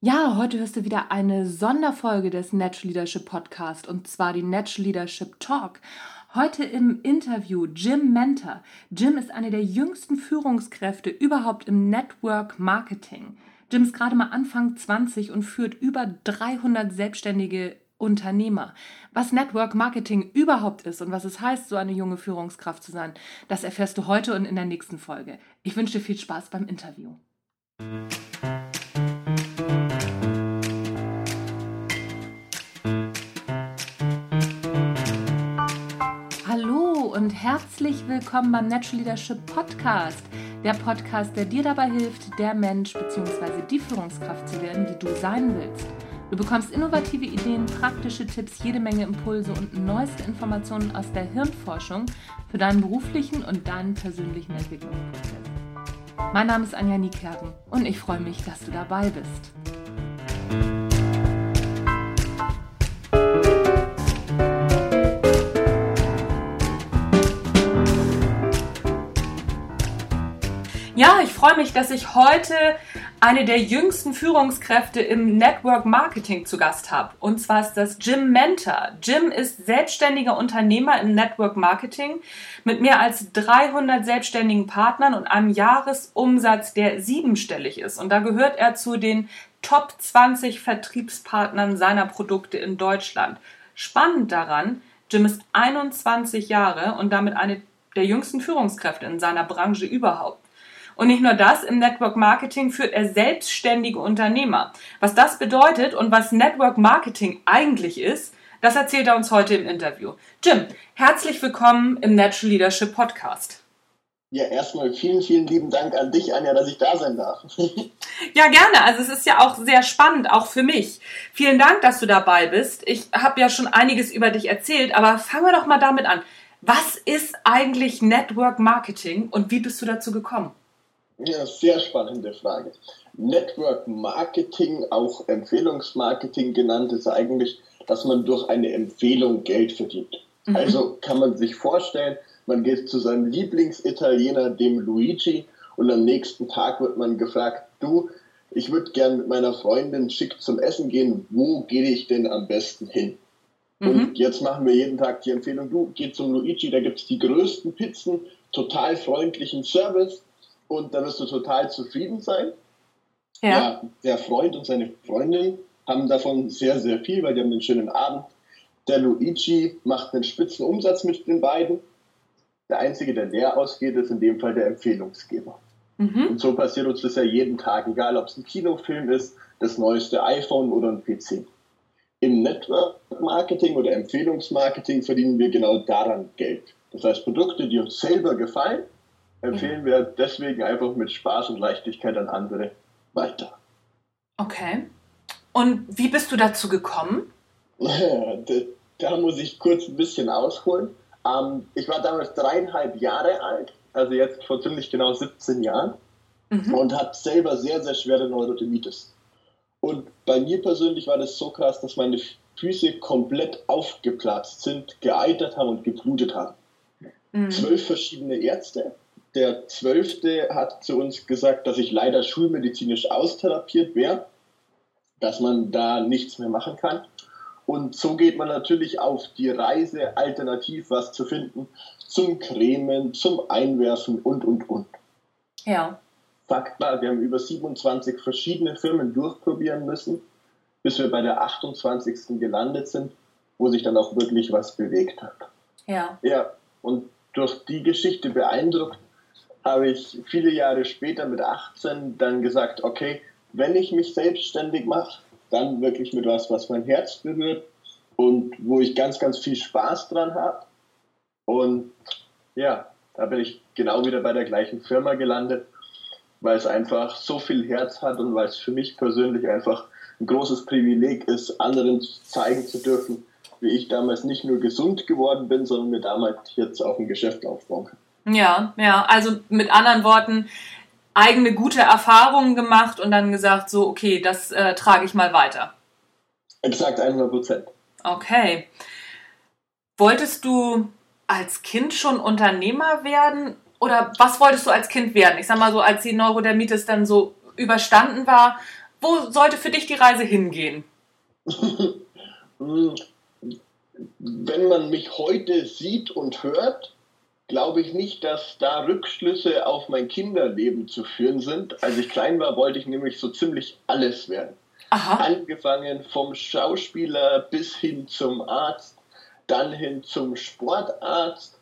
Ja, heute hörst du wieder eine Sonderfolge des Natural Leadership Podcast und zwar die Natural Leadership Talk. Heute im Interview Jim Mentor. Jim ist eine der jüngsten Führungskräfte überhaupt im Network Marketing. Jim ist gerade mal Anfang 20 und führt über 300 selbstständige Unternehmer. Was Network Marketing überhaupt ist und was es heißt, so eine junge Führungskraft zu sein, das erfährst du heute und in der nächsten Folge. Ich wünsche dir viel Spaß beim Interview. Und herzlich willkommen beim Natural Leadership Podcast, der Podcast, der dir dabei hilft, der Mensch bzw. die Führungskraft zu werden, die du sein willst. Du bekommst innovative Ideen, praktische Tipps, jede Menge Impulse und neueste Informationen aus der Hirnforschung für deinen beruflichen und deinen persönlichen Entwicklungsprozess. Mein Name ist Anja Niekerken und ich freue mich, dass du dabei bist. Ja, ich freue mich, dass ich heute eine der jüngsten Führungskräfte im Network Marketing zu Gast habe. Und zwar ist das Jim Mentor. Jim ist selbstständiger Unternehmer im Network Marketing mit mehr als 300 selbstständigen Partnern und einem Jahresumsatz, der siebenstellig ist. Und da gehört er zu den Top 20 Vertriebspartnern seiner Produkte in Deutschland. Spannend daran, Jim ist 21 Jahre und damit eine der jüngsten Führungskräfte in seiner Branche überhaupt. Und nicht nur das, im Network Marketing führt er selbstständige Unternehmer. Was das bedeutet und was Network Marketing eigentlich ist, das erzählt er uns heute im Interview. Jim, herzlich willkommen im Natural Leadership Podcast. Ja, erstmal vielen, vielen lieben Dank an dich, Anja, dass ich da sein darf. Ja, gerne. Also es ist ja auch sehr spannend, auch für mich. Vielen Dank, dass du dabei bist. Ich habe ja schon einiges über dich erzählt, aber fangen wir doch mal damit an. Was ist eigentlich Network Marketing und wie bist du dazu gekommen? Ja, sehr spannende Frage. Network Marketing, auch Empfehlungsmarketing genannt, ist eigentlich, dass man durch eine Empfehlung Geld verdient. Also kann man sich vorstellen, man geht zu seinem Lieblingsitaliener, dem Luigi, und am nächsten Tag wird man gefragt, du, ich würde gern mit meiner Freundin schick zum Essen gehen, wo gehe ich denn am besten hin? Und jetzt machen wir jeden Tag die Empfehlung, du, geh zum Luigi, da gibt es die größten Pizzen, total freundlichen Service, und da wirst du total zufrieden sein. Ja, der Freund und seine Freundin haben davon sehr, sehr viel, weil die haben einen schönen Abend. Der Luigi macht einen spitzen Umsatz mit den beiden. Der Einzige, der leer ausgeht, ist in dem Fall der Empfehlungsgeber. Und so passiert uns das ja jeden Tag, egal ob es ein Kinofilm ist, das neueste iPhone oder ein PC. Im Network Marketing oder Empfehlungsmarketing verdienen wir genau daran Geld. Das heißt, Produkte, die uns selber gefallen, empfehlen wir deswegen einfach mit Spaß und Leichtigkeit an andere weiter. Okay. Und wie bist du dazu gekommen? Da muss ich kurz ein bisschen ausholen. Ich war damals 3,5 Jahre alt, also jetzt vor ziemlich genau 17 Jahren, und hatte selber sehr, sehr schwere Neurodermitis. Und bei mir persönlich war das so krass, dass meine Füße komplett aufgeplatzt sind, geeitert haben und geblutet haben. 12 verschiedene Ärzte. Der 12. hat zu uns gesagt, dass ich leider schulmedizinisch austherapiert wäre, dass man da nichts mehr machen kann. Und so geht man natürlich auf die Reise, alternativ was zu finden, zum Cremen, zum Einwerfen und. Ja. Fakt war, wir haben über 27 verschiedene Firmen durchprobieren müssen, bis wir bei der 28. gelandet sind, wo sich dann auch wirklich was bewegt hat. Ja. Ja, und durch die Geschichte beeindruckt, habe ich viele Jahre später mit 18 dann gesagt, okay, wenn ich mich selbstständig mache, dann wirklich mit was mein Herz berührt und wo ich ganz, ganz viel Spaß dran habe. Und ja, da bin ich genau wieder bei der gleichen Firma gelandet, weil es einfach so viel Herz hat und weil es für mich persönlich einfach ein großes Privileg ist, anderen zeigen zu dürfen, wie ich damals nicht nur gesund geworden bin, sondern mir damals jetzt auch ein Geschäft aufbauen kann. Ja, also mit anderen Worten, eigene gute Erfahrungen gemacht und dann gesagt, so, okay, das trage ich mal weiter. Exakt, 100%. Okay. Wolltest du als Kind schon Unternehmer werden oder was wolltest du als Kind werden? Ich sag mal so, als die Neurodermitis dann so überstanden war, wo sollte für dich die Reise hingehen? Wenn man mich heute sieht und hört, glaube ich nicht, dass da Rückschlüsse auf mein Kinderleben zu führen sind. Als ich klein war, wollte ich nämlich so ziemlich alles werden. Aha. Angefangen vom Schauspieler bis hin zum Arzt, dann hin zum Sportarzt.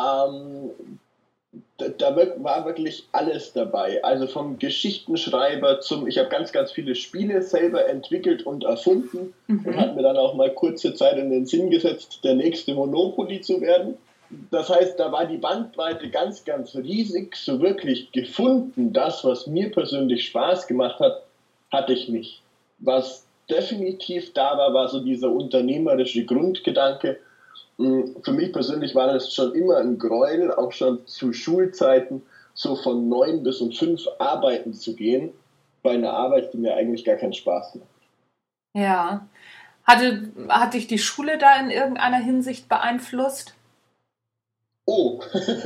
Da war wirklich alles dabei. Also vom Geschichtenschreiber ich habe ganz, ganz viele Spiele selber entwickelt und erfunden und habe mir dann auch mal kurze Zeit in den Sinn gesetzt, der nächste Monopoly zu werden. Das heißt, da war die Bandbreite ganz, ganz riesig. So wirklich gefunden, das, was mir persönlich Spaß gemacht hat, hatte ich nicht. Was definitiv da war, war so dieser unternehmerische Grundgedanke. Für mich persönlich war das schon immer ein Gräuel, auch schon zu Schulzeiten, so von 9 bis um 5 arbeiten zu gehen, bei einer Arbeit, die mir eigentlich gar keinen Spaß macht. Ja. Hat dich die Schule da in irgendeiner Hinsicht beeinflusst? Oh,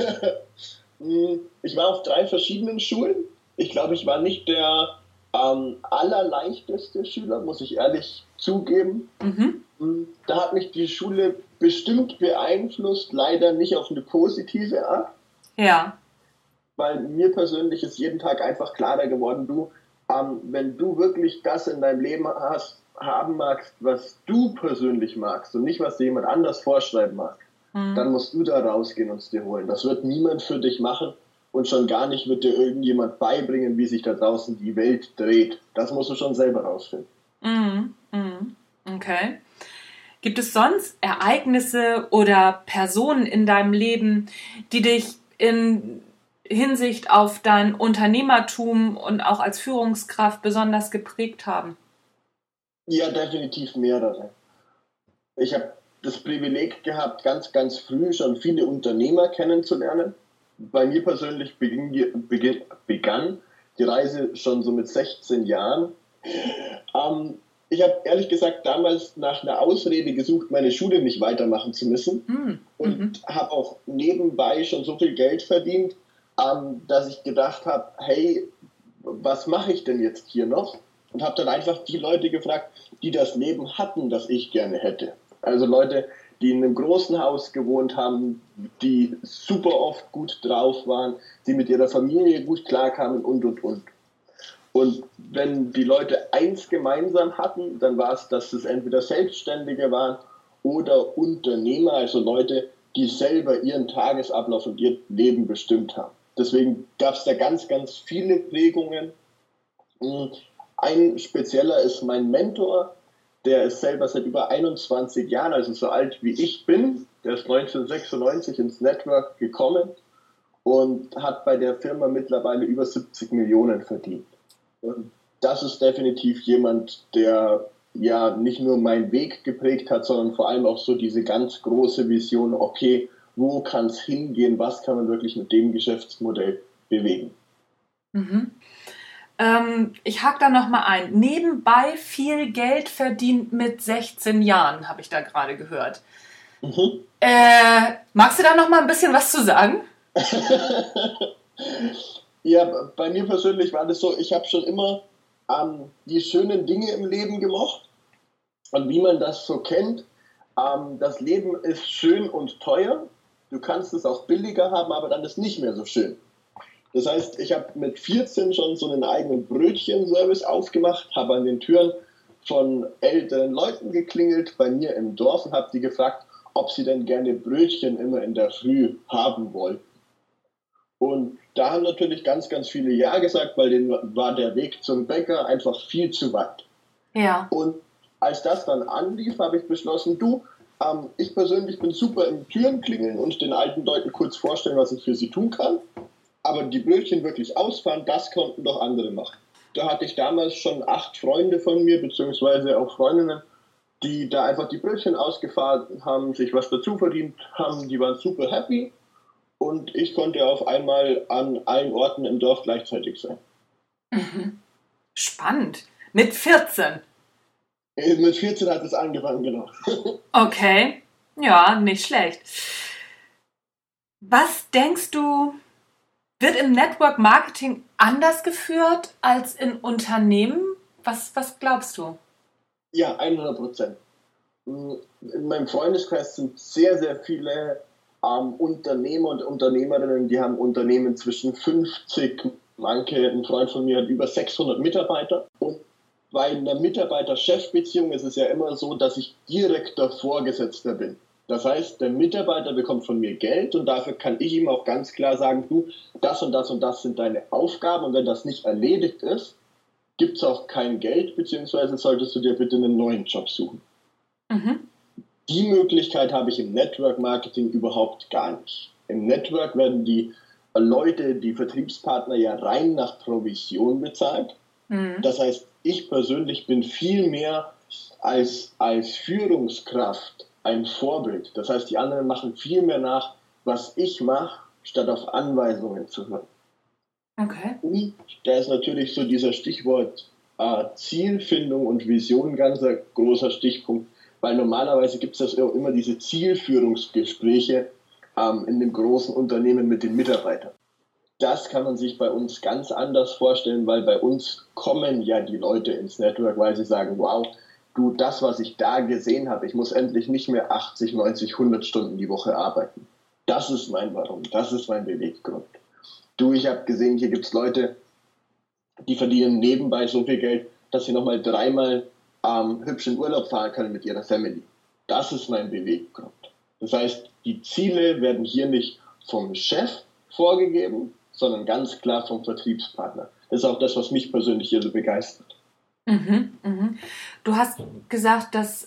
ich war auf 3 verschiedenen Schulen. Ich glaube, ich war nicht der allerleichteste Schüler, muss ich ehrlich zugeben. Da hat mich die Schule bestimmt beeinflusst, leider nicht auf eine positive Art. Ja. Weil mir persönlich ist jeden Tag einfach klarer geworden, wenn du wirklich das in deinem Leben haben magst, was du persönlich magst und nicht, was dir jemand anders vorschreiben mag, dann musst du da rausgehen und es dir holen. Das wird niemand für dich machen und schon gar nicht wird dir irgendjemand beibringen, wie sich da draußen die Welt dreht. Das musst du schon selber rausfinden. Okay. Gibt es sonst Ereignisse oder Personen in deinem Leben, die dich in Hinsicht auf dein Unternehmertum und auch als Führungskraft besonders geprägt haben? Ja, definitiv mehrere. Ich habe das Privileg gehabt, ganz, ganz früh schon viele Unternehmer kennenzulernen. Bei mir persönlich begann die Reise schon so mit 16 Jahren. Ich habe ehrlich gesagt damals nach einer Ausrede gesucht, meine Schule nicht weitermachen zu müssen und habe auch nebenbei schon so viel Geld verdient, dass ich gedacht habe, hey, was mache ich denn jetzt hier noch? Und habe dann einfach die Leute gefragt, die das Leben hatten, das ich gerne hätte. Also Leute, die in einem großen Haus gewohnt haben, die super oft gut drauf waren, die mit ihrer Familie gut klarkamen und. Und wenn die Leute eins gemeinsam hatten, dann war es, dass es entweder Selbstständige waren oder Unternehmer, also Leute, die selber ihren Tagesablauf und ihr Leben bestimmt haben. Deswegen gab es da ganz, ganz viele Prägungen. Ein spezieller ist mein Mentor, der ist selber seit über 21 Jahren, also so alt wie ich bin. Der ist 1996 ins Network gekommen und hat bei der Firma mittlerweile über 70 Millionen verdient. Und das ist definitiv jemand, der ja nicht nur meinen Weg geprägt hat, sondern vor allem auch so diese ganz große Vision, okay, wo kann es hingehen, was kann man wirklich mit dem Geschäftsmodell bewegen. Ich hake da nochmal ein. Nebenbei viel Geld verdient mit 16 Jahren, habe ich da gerade gehört. Magst du da nochmal ein bisschen was zu sagen? Ja, bei mir persönlich war das so, ich habe schon immer die schönen Dinge im Leben gemocht. Und wie man das so kennt, das Leben ist schön und teuer. Du kannst es auch billiger haben, aber dann ist nicht mehr so schön. Das heißt, ich habe mit 14 schon so einen eigenen Brötchenservice aufgemacht, habe an den Türen von älteren Leuten geklingelt bei mir im Dorf und habe die gefragt, ob sie denn gerne Brötchen immer in der Früh haben wollten. Und da haben natürlich ganz, ganz viele Ja gesagt, weil denen war der Weg zum Bäcker einfach viel zu weit. Ja. Und als das dann anlief, habe ich beschlossen, ich persönlich bin super im Türen klingeln und den alten Leuten kurz vorstellen, was ich für sie tun kann. Aber die Brötchen wirklich ausfahren, das konnten doch andere machen. Da hatte ich damals schon 8 Freunde von mir, beziehungsweise auch Freundinnen, die da einfach die Brötchen ausgefahren haben, sich was dazu verdient haben, die waren super happy. Und ich konnte auf einmal an allen Orten im Dorf gleichzeitig sein. Spannend. Mit 14? Mit 14 hat es angefangen, genau. Okay. Ja, nicht schlecht. Was denkst du, wird im Network Marketing anders geführt als in Unternehmen? Was glaubst du? Ja, 100%. In meinem Freundeskreis sind sehr, sehr viele Unternehmer und Unternehmerinnen, die haben Unternehmen zwischen 50, manche, ein Freund von mir hat über 600 Mitarbeiter. Und bei einer Mitarbeiter-Chef-Beziehung ist es ja immer so, dass ich direkter Vorgesetzter bin. Das heißt, der Mitarbeiter bekommt von mir Geld und dafür kann ich ihm auch ganz klar sagen, du, das und das und das sind deine Aufgaben und wenn das nicht erledigt ist, gibt es auch kein Geld, beziehungsweise solltest du dir bitte einen neuen Job suchen. Mhm. Die Möglichkeit habe ich im Network Marketing überhaupt gar nicht. Im Network werden die Leute, die Vertriebspartner ja rein nach Provision bezahlt. Mhm. Das heißt, ich persönlich bin viel mehr als Führungskraft ein Vorbild. Das heißt, die anderen machen viel mehr nach, was ich mache, statt auf Anweisungen zu hören. Okay. Und da ist natürlich so dieser Stichwort Zielfindung und Vision ein ganz großer Stichpunkt, weil normalerweise gibt es ja immer diese Zielführungsgespräche in dem großen Unternehmen mit den Mitarbeitern. Das kann man sich bei uns ganz anders vorstellen, weil bei uns kommen ja die Leute ins Network, weil sie sagen, wow, du, das, was ich da gesehen habe, ich muss endlich nicht mehr 80, 90, 100 Stunden die Woche arbeiten. Das ist mein Warum, das ist mein Beweggrund. Du, ich habe gesehen, hier gibt es Leute, die verdienen nebenbei so viel Geld, dass sie nochmal 3-mal hübsch in Urlaub fahren können mit ihrer Family. Das ist mein Beweggrund. Das heißt, die Ziele werden hier nicht vom Chef vorgegeben, sondern ganz klar vom Vertriebspartner. Das ist auch das, was mich persönlich hier so begeistert. Mhm, mhm. Du hast gesagt, dass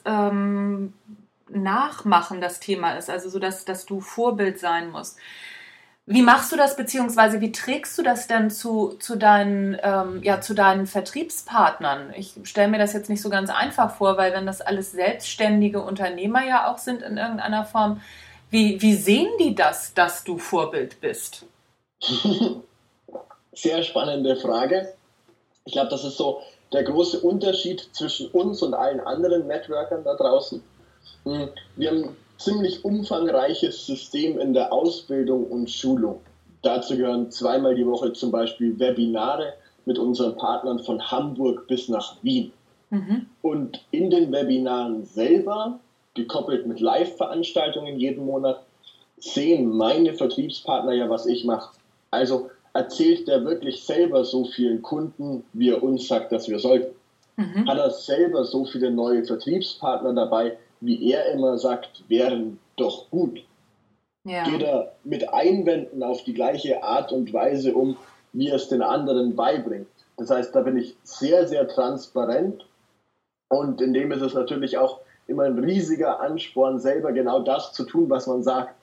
Nachmachen das Thema ist, also so, dass du Vorbild sein musst. Wie machst du das, beziehungsweise wie trägst du das denn zu deinen Vertriebspartnern? Ich stelle mir das jetzt nicht so ganz einfach vor, weil wenn das alles selbstständige Unternehmer ja auch sind in irgendeiner Form, wie sehen die das, dass du Vorbild bist? Sehr spannende Frage. Ich glaube, das ist so der große Unterschied zwischen uns und allen anderen Networkern da draußen. Wir haben ein ziemlich umfangreiches System in der Ausbildung und Schulung. Dazu gehören 2-mal die Woche zum Beispiel Webinare mit unseren Partnern von Hamburg bis nach Wien. Mhm. Und in den Webinaren selber, gekoppelt mit Live-Veranstaltungen jeden Monat, sehen meine Vertriebspartner ja, was ich mache. Also erzählt der wirklich selber so vielen Kunden, wie er uns sagt, dass wir sollten? Mhm. Hat er selber so viele neue Vertriebspartner dabei, wie er immer sagt, wären doch gut? Ja. Geht er mit Einwänden auf die gleiche Art und Weise um, wie er es den anderen beibringt? Das heißt, da bin ich sehr, sehr transparent und in dem ist es natürlich auch immer ein riesiger Ansporn, selber genau das zu tun, was man sagt.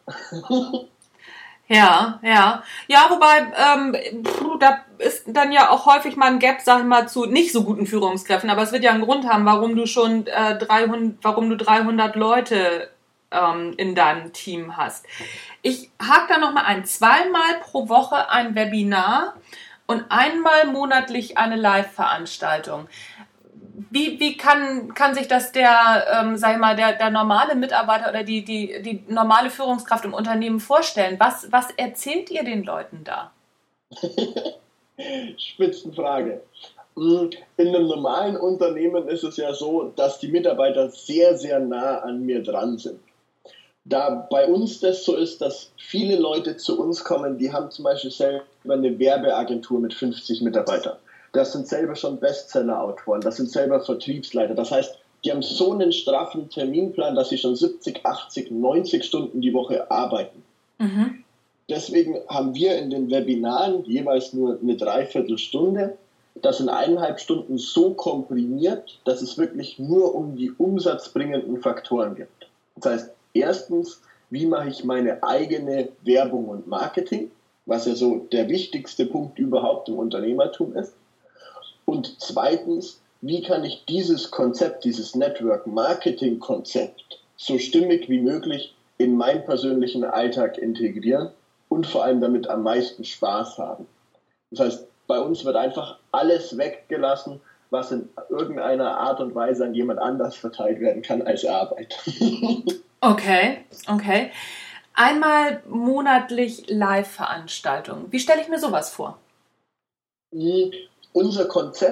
Ja, wobei da ist dann ja auch häufig mal ein Gap, sag ich mal, zu nicht so guten Führungskräften, aber es wird ja einen Grund haben, warum du schon 300 Leute in deinem Team hast. Ich hake da nochmal ein. 2-mal pro Woche ein Webinar und 1-mal monatlich eine Live-Veranstaltung. Wie kann sich das der normale Mitarbeiter oder die normale Führungskraft im Unternehmen vorstellen? Was erzählt ihr den Leuten da? Spitzenfrage. In einem normalen Unternehmen ist es ja so, dass die Mitarbeiter sehr, sehr nah an mir dran sind. Da bei uns das so ist, dass viele Leute zu uns kommen, die haben zum Beispiel selber eine Werbeagentur mit 50 Mitarbeitern. Das sind selber schon Bestseller-Autoren, das sind selber Vertriebsleiter. Das heißt, die haben so einen straffen Terminplan, dass sie schon 70, 80, 90 Stunden die Woche arbeiten. Mhm. Deswegen haben wir in den Webinaren jeweils nur eine Dreiviertelstunde. Das in 1,5 Stunden so komprimiert, dass es wirklich nur um die umsatzbringenden Faktoren geht. Das heißt, erstens, wie mache ich meine eigene Werbung und Marketing, was ja so der wichtigste Punkt überhaupt im Unternehmertum ist. Und zweitens, wie kann ich dieses Konzept, dieses Network-Marketing-Konzept so stimmig wie möglich in meinen persönlichen Alltag integrieren und vor allem damit am meisten Spaß haben. Das heißt, bei uns wird einfach alles weggelassen, was in irgendeiner Art und Weise an jemand anders verteilt werden kann als Arbeit. Okay. 1-mal monatlich Live-Veranstaltungen. Wie stelle ich mir sowas vor? Unser Konzept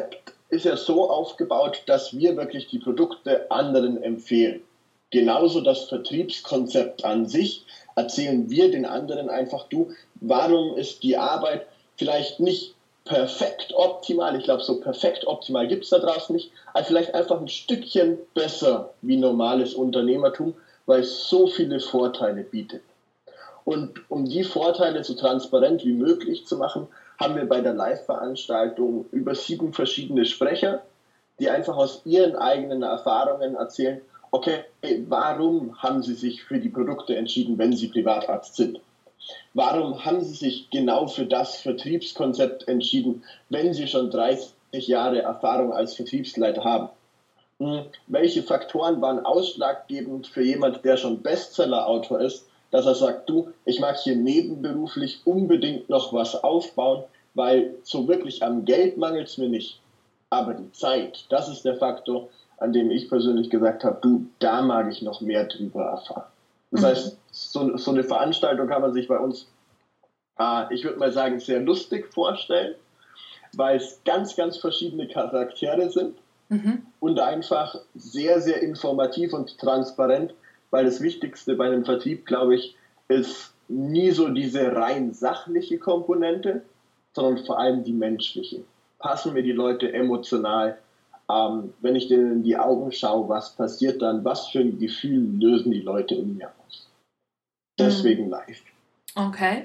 ist ja so aufgebaut, dass wir wirklich die Produkte anderen empfehlen. Genauso das Vertriebskonzept an sich erzählen wir den anderen einfach, du, warum ist die Arbeit vielleicht nicht perfekt optimal, ich glaube, so perfekt optimal gibt es da draußen nicht, aber vielleicht einfach ein Stückchen besser wie normales Unternehmertum, weil es so viele Vorteile bietet. Und um die Vorteile so transparent wie möglich zu machen, haben wir bei der Live-Veranstaltung über 7 verschiedene Sprecher, die einfach aus ihren eigenen Erfahrungen erzählen, okay, warum haben Sie sich für die Produkte entschieden, wenn Sie Privatarzt sind? Warum haben Sie sich genau für das Vertriebskonzept entschieden, wenn Sie schon 30 Jahre Erfahrung als Vertriebsleiter haben? Welche Faktoren waren ausschlaggebend für jemand, der schon Bestseller-Autor ist, dass er sagt, du, ich mag hier nebenberuflich unbedingt noch was aufbauen, weil so wirklich am Geld mangelt es mir nicht. Aber die Zeit, das ist der Faktor, an dem ich persönlich gesagt habe, du, da mag ich noch mehr drüber erfahren. Das heißt, so eine Veranstaltung kann man sich bei uns, ich würde mal sagen, sehr lustig vorstellen, weil es ganz, ganz verschiedene Charaktere sind und einfach sehr, sehr informativ und transparent, weil das Wichtigste bei einem Vertrieb, glaube ich, ist nie so diese rein sachliche Komponente, sondern vor allem die menschliche. Passen mir die Leute emotional? Wenn ich denen in die Augen schaue, was passiert dann? Was für ein Gefühl lösen die Leute in mir aus? Deswegen live. Okay.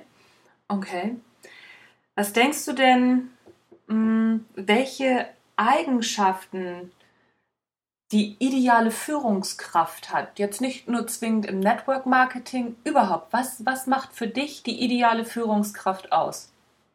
Was denkst du denn, welche Eigenschaften die ideale Führungskraft hat? Jetzt nicht nur zwingend im Network Marketing, überhaupt. Was macht für dich die ideale Führungskraft aus?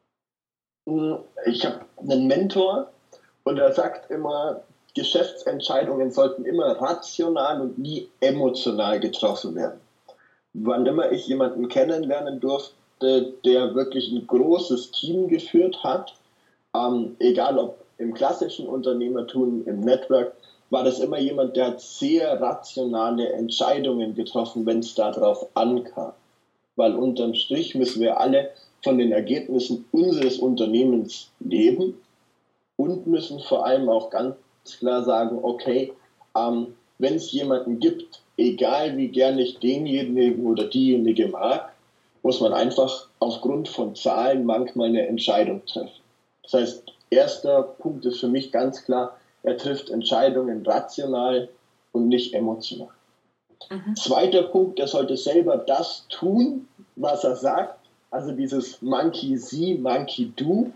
Ich habe einen Mentor und er sagt immer, Geschäftsentscheidungen sollten immer rational und nie emotional getroffen werden. Wann immer ich jemanden kennenlernen durfte, der wirklich ein großes Team geführt hat, egal ob im klassischen Unternehmertum, im Network, war das immer jemand, der hat sehr rationale Entscheidungen getroffen, wenn es darauf ankam. Weil unterm Strich müssen wir alle von den Ergebnissen unseres Unternehmens leben und müssen vor allem auch ganz klar sagen, okay, wenn es jemanden gibt, egal wie gern ich denjenigen oder diejenige mag, muss man einfach aufgrund von Zahlen manchmal eine Entscheidung treffen. Das heißt, erster Punkt ist für mich ganz klar, er trifft Entscheidungen rational und nicht emotional. Zweiter Punkt, er sollte selber das tun, was er sagt. Also dieses Monkey see, Monkey do.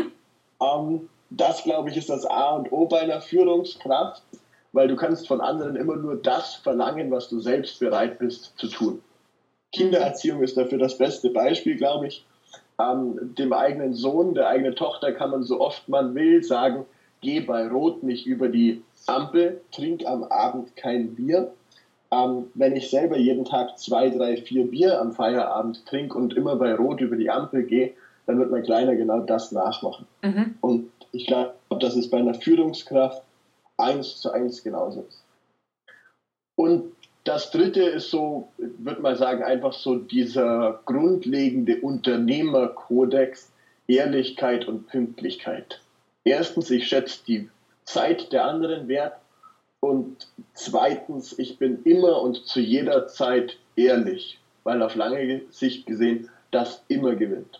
Das, glaube ich, ist das A und O bei einer Führungskraft, weil du kannst von anderen immer nur das verlangen, was du selbst bereit bist zu tun. Kindererziehung ist dafür das beste Beispiel, glaube ich. Dem eigenen Sohn, der eigenen Tochter kann man so oft man will sagen, geh bei Rot nicht über die Ampel, trink am Abend kein Bier. Wenn ich selber jeden Tag 2, 3, 4 Bier am Feierabend trinke und immer bei Rot über die Ampel gehe, dann wird mein Kleiner genau das nachmachen. Und ich glaube, dass es bei einer Führungskraft 1:1 genauso ist. Und das Dritte ist so, würde man sagen, einfach so dieser grundlegende Unternehmerkodex, Ehrlichkeit und Pünktlichkeit. Erstens, ich schätze die Zeit der anderen wert und zweitens, ich bin immer und zu jeder Zeit ehrlich, weil auf lange Sicht gesehen das immer gewinnt.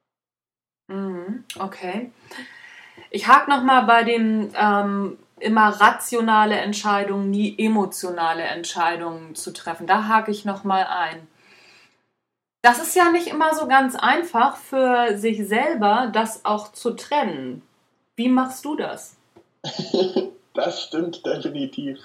Okay. Ich hake nochmal bei dem immer rationale Entscheidungen, nie emotionale Entscheidungen zu treffen. Da hake ich nochmal ein. Das ist ja nicht immer so ganz einfach für sich selber, das auch zu trennen. Wie machst du das? Das stimmt definitiv.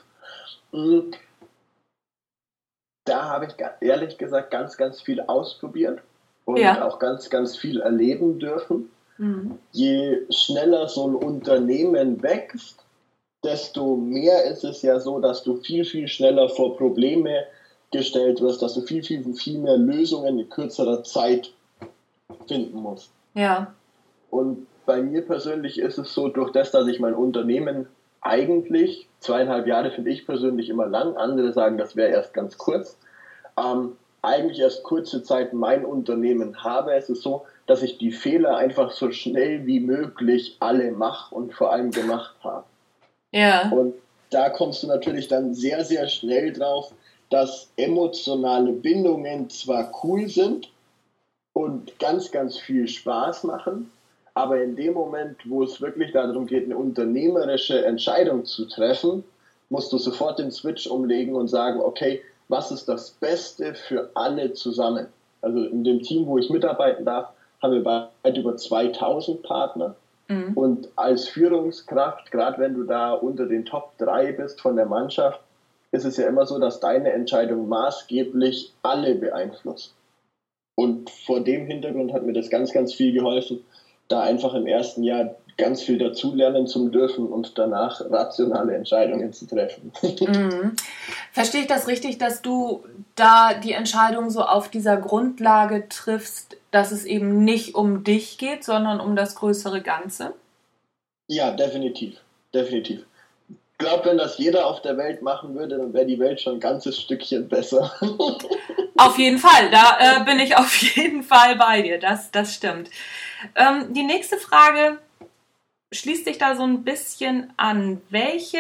Da habe ich ehrlich gesagt ganz, ganz viel ausprobiert und auch ganz, ganz viel erleben dürfen. Je schneller so ein Unternehmen wächst, desto mehr ist es ja so, dass du viel, viel schneller vor Probleme gestellt wirst, dass du viel, viel, viel mehr Lösungen in kürzerer Zeit finden musst. Ja. Und bei mir persönlich ist es so, durch das, dass ich mein Unternehmen eigentlich, 2,5 Jahre finde ich persönlich immer lang, andere sagen, das wäre erst ganz kurz, eigentlich erst kurze Zeit mein Unternehmen habe, es ist so, dass ich die Fehler einfach so schnell wie möglich alle mache und vor allem gemacht habe. Ja. Und da kommst du natürlich dann sehr, sehr schnell drauf, dass emotionale Bindungen zwar cool sind und ganz, ganz viel Spaß machen, aber in dem Moment, wo es wirklich darum geht, eine unternehmerische Entscheidung zu treffen, musst du sofort den Switch umlegen und sagen, okay, was ist das Beste für alle zusammen? Also in dem Team, wo ich mitarbeiten darf, haben wir weit über 2000 Partner. Mhm. Und als Führungskraft, gerade wenn du da unter den Top 3 bist von der Mannschaft, ist es ja immer so, dass deine Entscheidung maßgeblich alle beeinflusst. Und vor dem Hintergrund hat mir das ganz, ganz viel geholfen, da einfach im ersten Jahr ganz viel dazulernen zu dürfen und danach rationale Entscheidungen zu treffen. Mhm. Verstehe ich das richtig, dass du da die Entscheidung so auf dieser Grundlage triffst, dass es eben nicht um dich geht, sondern um das größere Ganze? Ja, definitiv. Definitiv. Ich glaube, wenn das jeder auf der Welt machen würde, dann wäre die Welt schon ein ganzes Stückchen besser. Auf jeden Fall, da bin ich auf jeden Fall bei dir, das stimmt. Die nächste Frage schließt sich da so ein bisschen an. Welche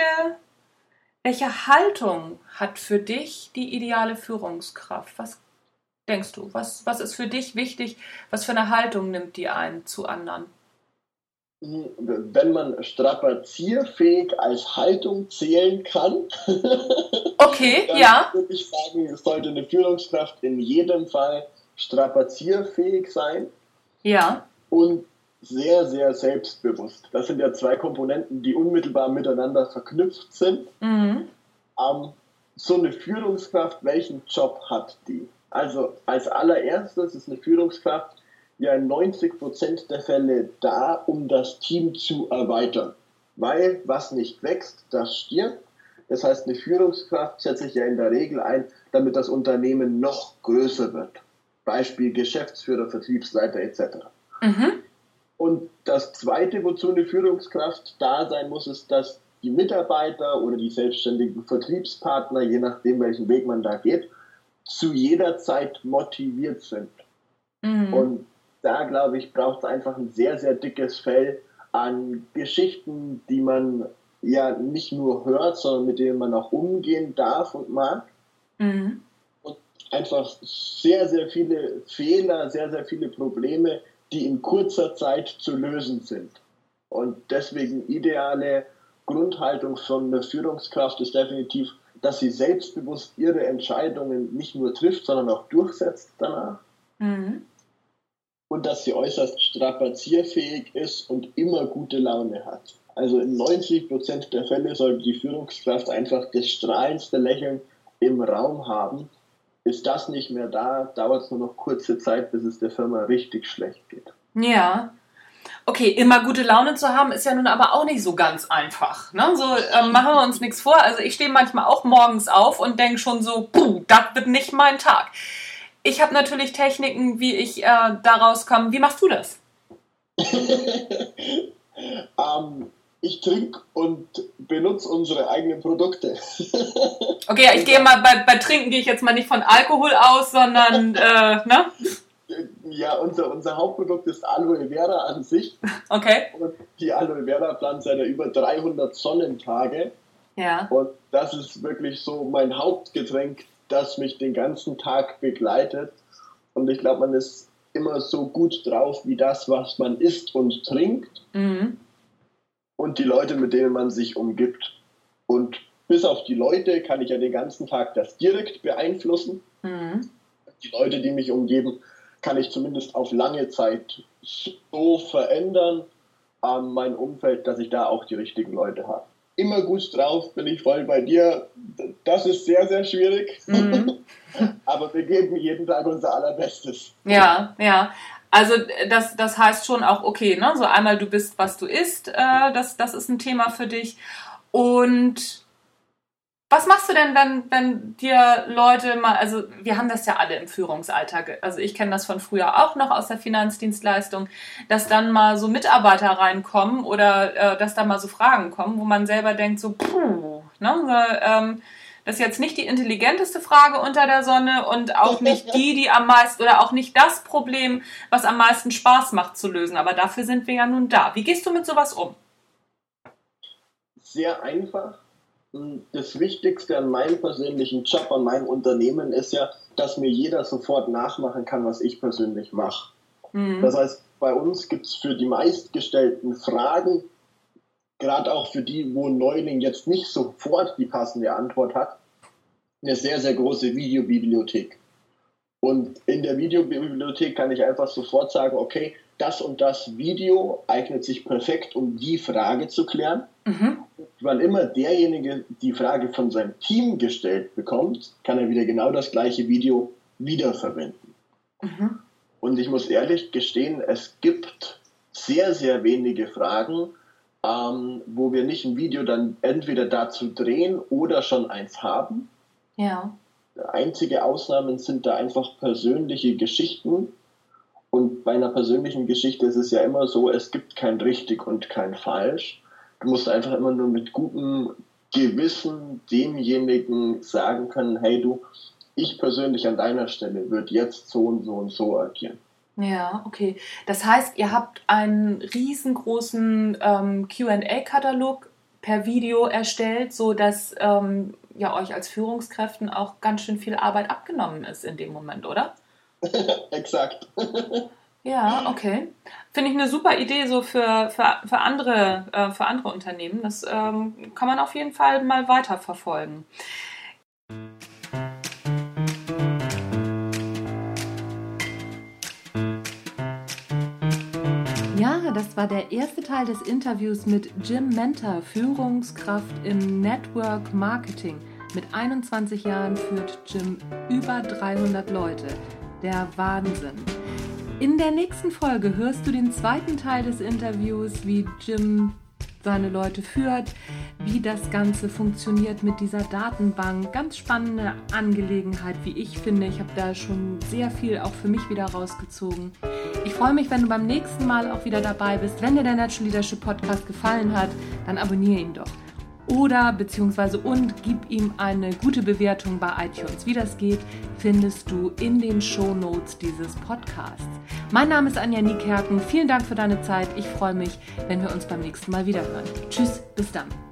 Haltung hat für dich die ideale Führungskraft? Was denkst du? Was ist für dich wichtig? Was für eine Haltung nimmt die ein zu anderen? Wenn man strapazierfähig als Haltung zählen kann, okay, dann ja, würde ich sagen, es sollte eine Führungskraft in jedem Fall strapazierfähig sein. Ja. Und sehr, sehr selbstbewusst. Das sind ja zwei Komponenten, die unmittelbar miteinander verknüpft sind. Mhm. So eine Führungskraft, welchen Job hat die? Also als allererstes ist eine Führungskraft ja in 90% der Fälle da, um das Team zu erweitern. Weil was nicht wächst, das stirbt. Das heißt, eine Führungskraft setzt sich ja in der Regel ein, damit das Unternehmen noch größer wird. Beispiel Geschäftsführer, Vertriebsleiter etc. Mhm. Und das Zweite, wozu eine Führungskraft da sein muss, ist, dass die Mitarbeiter oder die selbstständigen Vertriebspartner, je nachdem, welchen Weg man da geht, zu jeder Zeit motiviert sind. Mhm. Und da, glaube ich, braucht es einfach ein sehr, sehr dickes Fell an Geschichten, die man ja nicht nur hört, sondern mit denen man auch umgehen darf und mag. Mhm. Und einfach sehr, sehr viele Fehler, sehr, sehr viele Probleme, die in kurzer Zeit zu lösen sind. Und deswegen ideale Grundhaltung von einer Führungskraft ist definitiv, dass sie selbstbewusst ihre Entscheidungen nicht nur trifft, sondern auch durchsetzt danach. Mhm. Und dass sie äußerst strapazierfähig ist und immer gute Laune hat. Also in 90% der Fälle sollte die Führungskraft einfach das strahlendste Lächeln im Raum haben. Ist das nicht mehr da, dauert es nur noch kurze Zeit, bis es der Firma richtig schlecht geht. Ja. Okay, immer gute Laune zu haben, ist ja nun aber auch nicht so ganz einfach. Ne? So machen wir uns nichts vor. Also ich stehe manchmal auch morgens auf und denke schon so, puh, das wird nicht mein Tag. Ich habe natürlich Techniken, wie ich da rauskomme. Wie machst du das? Ich trinke und benutze unsere eigenen Produkte. Okay, ich gehe mal, bei Trinken gehe ich jetzt mal nicht von Alkohol aus, sondern, ne? Ja, unser Hauptprodukt ist Aloe Vera an sich. Okay. Und die Aloe Vera pflanzt ja über 300 Sonnentage. Ja. Und das ist wirklich so mein Hauptgetränk, das mich den ganzen Tag begleitet. Und ich glaube, man ist immer so gut drauf wie das, was man isst und trinkt. Mhm. Und die Leute, mit denen man sich umgibt. Und bis auf die Leute kann ich ja den ganzen Tag das direkt beeinflussen. Mhm. Die Leute, die mich umgeben, kann ich zumindest auf lange Zeit so verändern, mein Umfeld, dass ich da auch die richtigen Leute habe. Immer gut drauf, bin ich voll bei dir. Das ist sehr, sehr schwierig. Mhm. Aber wir geben jeden Tag unser Allerbestes. Ja, ja. Also das heißt schon auch, okay, ne? So einmal du bist, was du isst, das ist ein Thema für dich. Und was machst du denn, wenn dir Leute mal, also wir haben das ja alle im Führungsalltag, also ich kenne das von früher auch noch aus der Finanzdienstleistung, dass dann mal so Mitarbeiter reinkommen oder dass da mal so Fragen kommen, wo man selber denkt so, puh, ne? Das ist jetzt nicht die intelligenteste Frage unter der Sonne und auch nicht die am meisten oder auch nicht das Problem, was am meisten Spaß macht zu lösen. Aber dafür sind wir ja nun da. Wie gehst du mit sowas um? Sehr einfach. Das Wichtigste an meinem persönlichen Job, an meinem Unternehmen ist ja, dass mir jeder sofort nachmachen kann, was ich persönlich mache. Das heißt, bei uns gibt es für die meistgestellten Fragen, gerade auch für die, wo ein Neuling jetzt nicht sofort die passende Antwort hat, eine sehr, sehr große Videobibliothek. Und in der Videobibliothek kann ich einfach sofort sagen, okay, das und das Video eignet sich perfekt, um die Frage zu klären. Wann immer derjenige die Frage von seinem Team gestellt bekommt, kann er wieder genau das gleiche Video wiederverwenden. Und ich muss ehrlich gestehen, es gibt sehr, sehr wenige Fragen, wo wir nicht ein Video dann entweder dazu drehen oder schon eins haben. Ja. Einzige Ausnahmen sind da einfach persönliche Geschichten. Und bei einer persönlichen Geschichte ist es ja immer so, es gibt kein richtig und kein falsch. Du musst einfach immer nur mit gutem Gewissen demjenigen sagen können, hey du, ich persönlich an deiner Stelle würde jetzt so und so und so agieren. Ja, okay. Das heißt, ihr habt einen riesengroßen Q&A-Katalog per Video erstellt, sodass euch als Führungskräften auch ganz schön viel Arbeit abgenommen ist in dem Moment, oder? Exakt. Ja, okay. Finde ich eine super Idee so für andere Unternehmen. Das kann man auf jeden Fall mal weiterverfolgen. Ja, das war der erste Teil des Interviews mit Jim Mentor, Führungskraft im Network Marketing. Mit 21 Jahren führt Jim über 300 Leute. Der Wahnsinn. In der nächsten Folge hörst du den zweiten Teil des Interviews, wie Jim seine Leute führt, wie das Ganze funktioniert mit dieser Datenbank. Ganz spannende Angelegenheit, wie ich finde. Ich habe da schon sehr viel auch für mich wieder rausgezogen. Ich freue mich, wenn du beim nächsten Mal auch wieder dabei bist. Wenn dir der Natural Leadership Podcast gefallen hat, dann abonniere ihn doch. Oder gib ihm eine gute Bewertung bei iTunes. Wie das geht, findest du in den Shownotes dieses Podcasts. Mein Name ist Anja Niekerken. Vielen Dank für deine Zeit. Ich freue mich, wenn wir uns beim nächsten Mal wieder hören. Tschüss, bis dann.